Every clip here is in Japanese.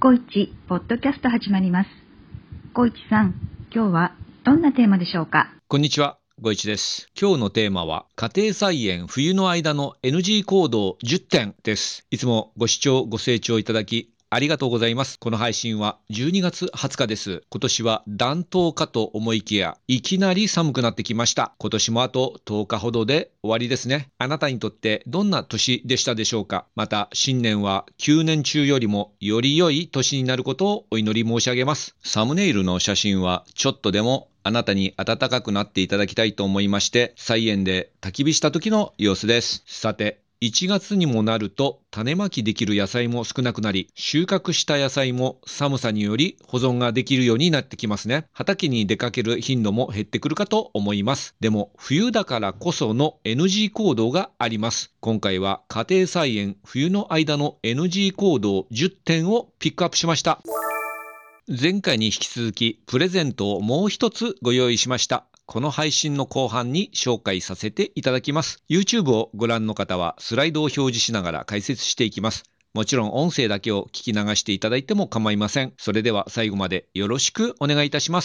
コイチポッドキャスト始まります。コイチさん、今日はどんなテーマでしょうか？ こんにちは、ごいちです。今日のテーマは家庭菜園冬の間の NG 行動10点です。いつもご視聴ご清聴いただきありがとうございます。この配信は12月20日です。今年は暖冬かと思いきや、いきなり寒くなってきました。今年もあと10日ほどで終わりですね。あなたにとってどんな年でしたでしょうか？また、新年は9年中よりもより良い年になることをお祈り申し上げます。サムネイルの写真はちょっとでもあなたに暖かくなっていただきたいと思いまして、菜園で焚き火した時の様子です。さて、1月にもなると種まきできる野菜も少なくなり、収穫した野菜も寒さにより保存ができるようになってきますね。畑に出かける頻度も減ってくるかと思います。でも冬だからこその NG 行動があります。今回は家庭菜園冬の間の NG 行動10点をピックアップしました。前回に引き続きプレゼントをもう一つご用意しました。この配信の後半に紹介させていただきます。YouTube をご覧の方はスライドを表示しながら解説していきます。もちろん音声だけを聞き流していただいても構いません。それでは最後までよろしくお願いいたします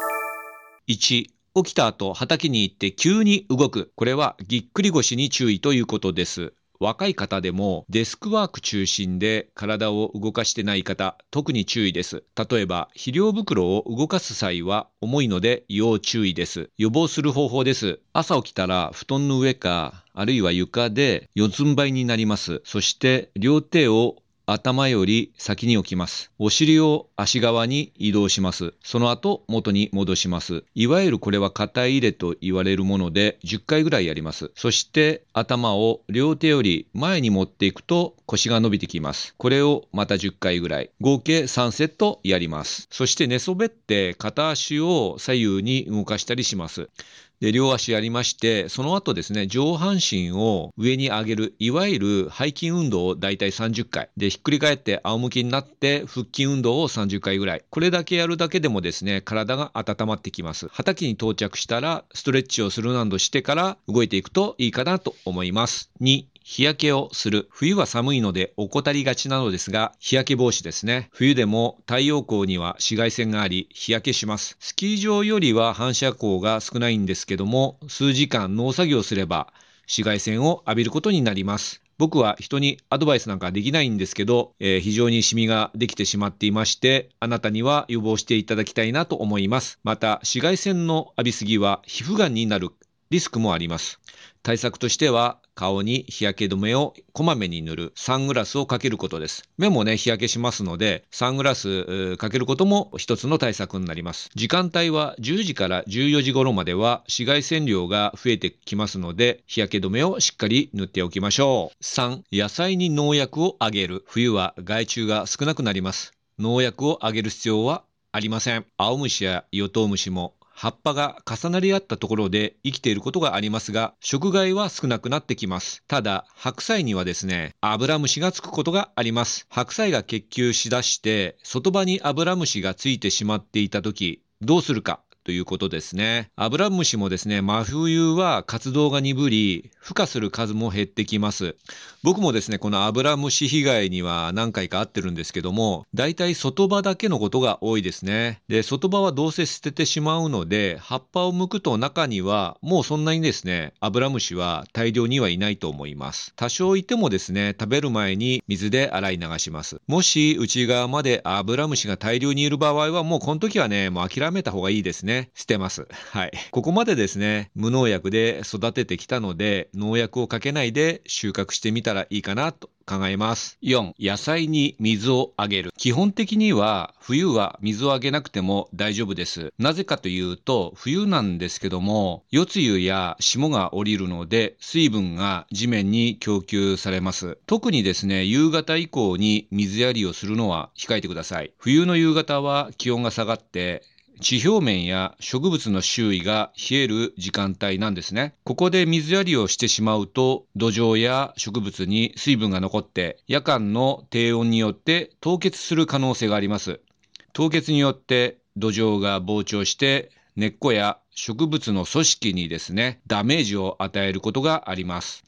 。1、起きた後畑に行って急に動く。これはぎっくり腰に注意ということです。若い方でもデスクワーク中心で体を動かしてない方、特に注意です。例えば肥料袋を動かす際は重いので要注意です。予防する方法です。朝起きたら布団の上かあるいは床で四つん這いになります。そして両手を頭より先に置きます。お尻を足側に移動します。その後元に戻します。いわゆるこれは肩入れと言われるもので10回ぐらいやります。そして頭を両手より前に持っていくと腰が伸びてきます。これをまた10回ぐらい。合計3セットやります。そして寝そべって片足を左右に動かしたりします。で、両足やりまして、その後ですね、上半身を上に上げる、いわゆる背筋運動をだいたい30回。で、ひっくり返って仰向きになって腹筋運動を30回ぐらい。これだけやるだけでもですね、体が温まってきます。畑に到着したら、ストレッチをするなどしてから動いていくといいかなと思います。2、日焼けをする。冬は寒いので怠りがちなのですが、日焼け防止ですね。冬でも太陽光には紫外線があり、日焼けします。スキー場よりは反射光が少ないんですけども、数時間農作業すれば紫外線を浴びることになります。僕は人にアドバイスなんかできないんですけど、非常にシミができてしまっていまして、あなたには予防していただきたいなと思います。また、紫外線の浴びすぎは皮膚がんになるリスクもあります。対策としては、顔に日焼け止めをこまめに塗る、サングラスをかけることです。目もね、日焼けしますので、サングラスかけることも一つの対策になります。時間帯は10時から14時頃までは紫外線量が増えてきますので、日焼け止めをしっかり塗っておきましょう。3、野菜に農薬をあげる。冬は害虫が少なくなります。農薬をあげる必要はありません。青虫やヨトウムシも葉っぱが重なり合ったところで生きていることがありますが、食害は少なくなってきます。ただ、白菜にはですね、アブラムシがつくことがあります。白菜が結球しだして、外葉にアブラムシがついてしまっていたとき、どうするかということですね。アブラムシもですね、真冬は活動が鈍り、孵化する数も減ってきます。僕もですね、このアブラムシ被害には何回か遭ってるんですけども、だいたい外葉だけのことが多いですね。で、外葉はどうせ捨ててしまうので、葉っぱを剥くと中にはもうそんなにですね、アブラムシは大量にはいないと思います。多少いてもですね、食べる前に水で洗い流します。もし内側までアブラムシが大量にいる場合は、もうこの時はね、もう諦めた方がいいですね。捨てます。はい。ここまでですね、無農薬で育ててきたので、農薬をかけないで収穫してみたらいいかなと考えます。4、野菜に水をあげる。基本的には冬は水をあげなくても大丈夫です。なぜかというと、冬なんですけども、夜露や霜が降りるので、水分が地面に供給されます。特にですね、夕方以降に水やりをするのは控えてください。冬の夕方は気温が下がって、地表面や植物の周囲が冷える時間帯なんですね。ここで水やりをしてしまうと、土壌や植物に水分が残って、夜間の低温によって凍結する可能性があります。凍結によって土壌が膨張して、根っこや植物の組織にですね、ダメージを与えることがあります。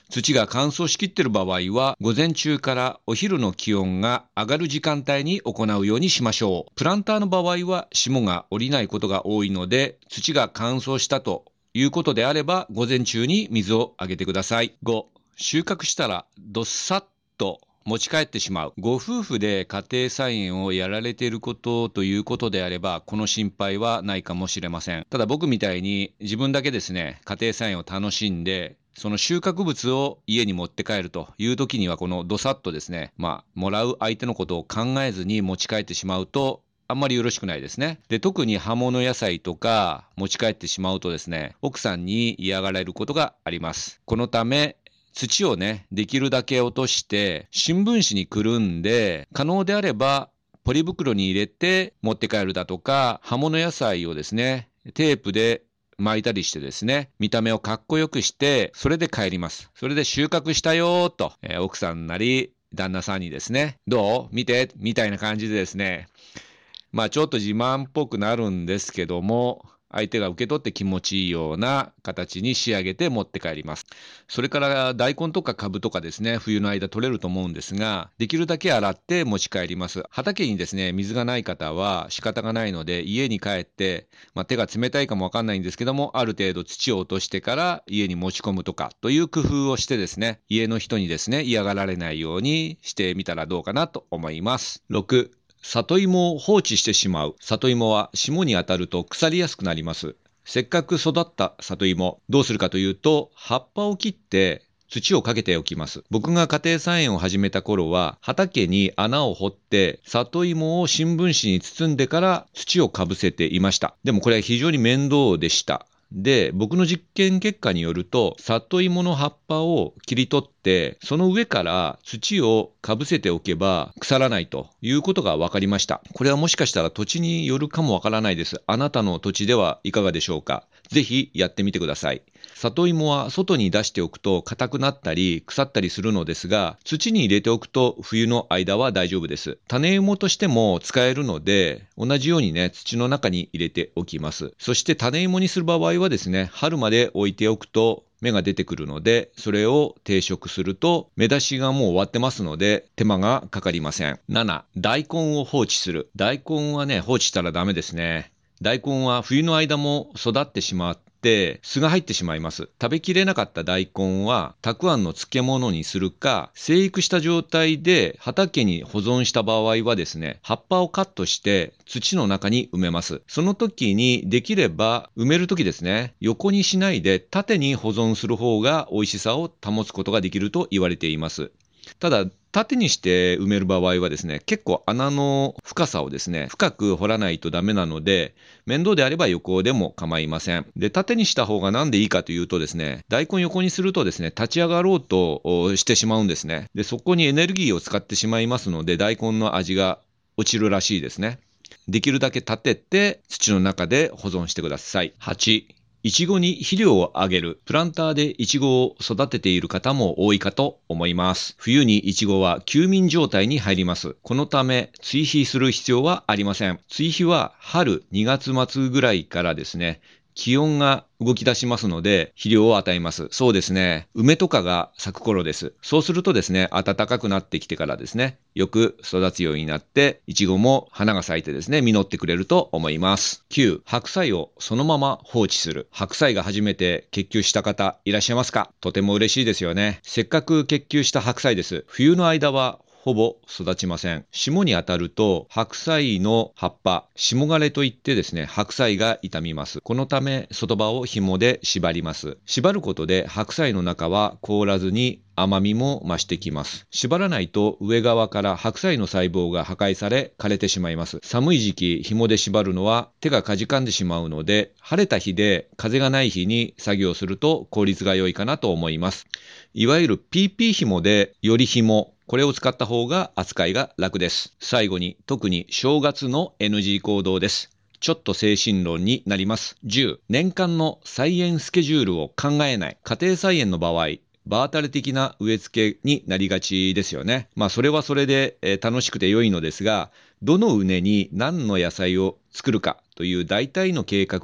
土が乾燥しきっている場合は、午前中からお昼の気温が上がる時間帯に行うようにしましょう。プランターの場合は霜が降りないことが多いので、土が乾燥したということであれば、午前中に水をあげてください。5、収穫したらどっさっと持ち帰ってしまう。ご夫婦で家庭菜園をやられていることということであれば、この心配はないかもしれません。ただ僕みたいに自分だけですね、家庭菜園を楽しんで、その収穫物を家に持って帰るという時には、このどさっとですね、もらう相手のことを考えずに持ち帰ってしまうと、あんまりよろしくないですね。で、特に葉物野菜とか持ち帰ってしまうとですね、奥さんに嫌がられることがあります。このため、土をね、できるだけ落として、新聞紙にくるんで、可能であれば、ポリ袋に入れて持って帰るだとか、葉物野菜をですね、テープで巻いたりしてですね、見た目をかっこよくして、それで帰ります。それで収穫したよーと、奥さんなり、旦那さんにですね、どう見てみたいな感じでですね、ちょっと自慢っぽくなるんですけども、相手が受け取って気持ちいいような形に仕上げて持って帰ります。それから大根とかカブとかですね、冬の間取れると思うんですが、できるだけ洗って持ち帰ります。畑にですね、水がない方は仕方がないので、家に帰って、手が冷たいかもわかんないんですけども、ある程度土を落としてから家に持ち込むとかという工夫をしてですね、家の人にですね、嫌がられないようにしてみたらどうかなと思います。6、里芋を放置してしまう。里芋は霜に当たると腐りやすくなります。せっかく育った里芋、どうするかというと、葉っぱを切って土をかけておきます。僕が家庭菜園を始めた頃は、畑に穴を掘って、里芋を新聞紙に包んでから土をかぶせていました。でもこれは非常に面倒でした。で、僕の実験結果によると、里芋の葉っぱを切り取って、その上から土をかぶせておけば腐らないということが分かりました。これはもしかしたら土地によるかもわからないです。あなたの土地ではいかがでしょうか。ぜひやってみてください。里芋は外に出しておくと硬くなったり腐ったりするのですが、土に入れておくと冬の間は大丈夫です。種芋としても使えるので、同じようにね、土の中に入れておきます。そして種芋にする場合はですね、春まで置いておくと芽が出てくるので、それを定食すると芽出しがもう終わってますので手間がかかりません。7、大根を放置する。大根はね、放置したらダメですね。大根は冬の間も育ってしまって巣が入ってしまいます。食べきれなかった大根はたくあんの漬物にするか、生育した状態で畑に保存した場合はですね、葉っぱをカットして土の中に埋めます。その時にできれば埋める時ですね、横にしないで縦に保存する方が美味しさを保つことができると言われています。ただ、縦にして埋める場合はですね、結構穴の深さをですね、深く掘らないとダメなので、面倒であれば横でも構いません。で、縦にした方がなんでいいかというとですね、大根横にするとですね、立ち上がろうとしてしまうんですね。で、そこにエネルギーを使ってしまいますので、大根の味が落ちるらしいですね。できるだけ立てて土の中で保存してください。8、いちごに肥料をあげる。プランターでいちごを育てている方も多いかと思います。冬にいちごは休眠状態に入ります。このため追肥する必要はありません。追肥は春2月末ぐらいからですね、気温が動き出しますので肥料を与えます。そうですね。梅とかが咲く頃です。そうするとですね、暖かくなってきてからですね、よく育つようになって、いちごも花が咲いてですね、実ってくれると思います。9、白菜をそのまま放置する。白菜が初めて結球した方いらっしゃいますか？とても嬉しいですよね。せっかく結球した白菜です。冬の間はほぼ育ちません。霜に当たると白菜の葉っぱ、霜枯れといってですね、白菜が傷みます。このため外葉を紐で縛ります。縛ることで白菜の中は凍らずに甘みも増してきます。縛らないと上側から白菜の細胞が破壊され枯れてしまいます。寒い時期紐で縛るのは手がかじかんでしまうので、晴れた日で風がない日に作業すると効率が良いかなと思います。いわゆる PP 紐でより紐、これを使った方が扱いが楽です。最後に特に正月の NG 行動です。ちょっと精神論になります。10、年間の菜園スケジュールを考えない。家庭菜園の場合、場当たり的な植え付けになりがちですよね。それはそれで楽しくて良いのですが、どの畝に何の野菜を作るかという大体の計画を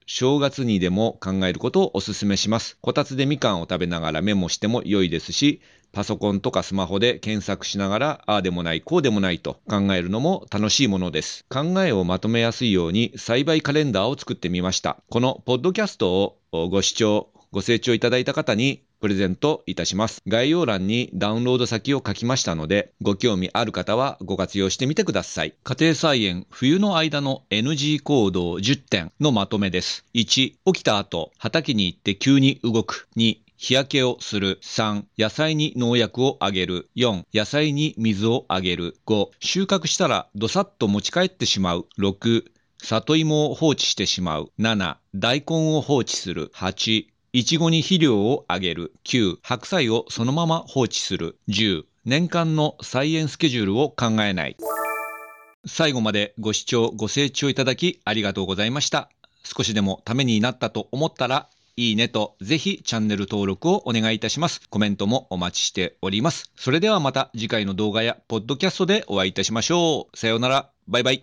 正月にでも考えることをお勧めします。こたつでみかんを食べながらメモしても良いですし、パソコンとかスマホで検索しながら、ああでもない、こうでもないと考えるのも楽しいものです。考えをまとめやすいように栽培カレンダーを作ってみました。このポッドキャストをご視聴、ご清聴いただいた方にプレゼントいたします。概要欄にダウンロード先を書きましたので、ご興味ある方はご活用してみてください。家庭菜園冬の間の NG 行動10点のまとめです。1、起きた後、畑に行って急に動く。2、日焼けをする。3、野菜に農薬をあげる。4、野菜に水をあげる。5、収穫したらどさっと持ち帰ってしまう。6、里芋を放置してしまう。7、大根を放置する。8、いちごに肥料をあげる。9、白菜をそのまま放置する。10、年間の菜園スケジュールを考えない。最後までご視聴ご清聴いただきありがとうございました。少しでもためになったと思ったら、いいねとぜひチャンネル登録をお願いいたします。コメントもお待ちしております。それではまた次回の動画やポッドキャストでお会いいたしましょう。さようなら。バイバイ。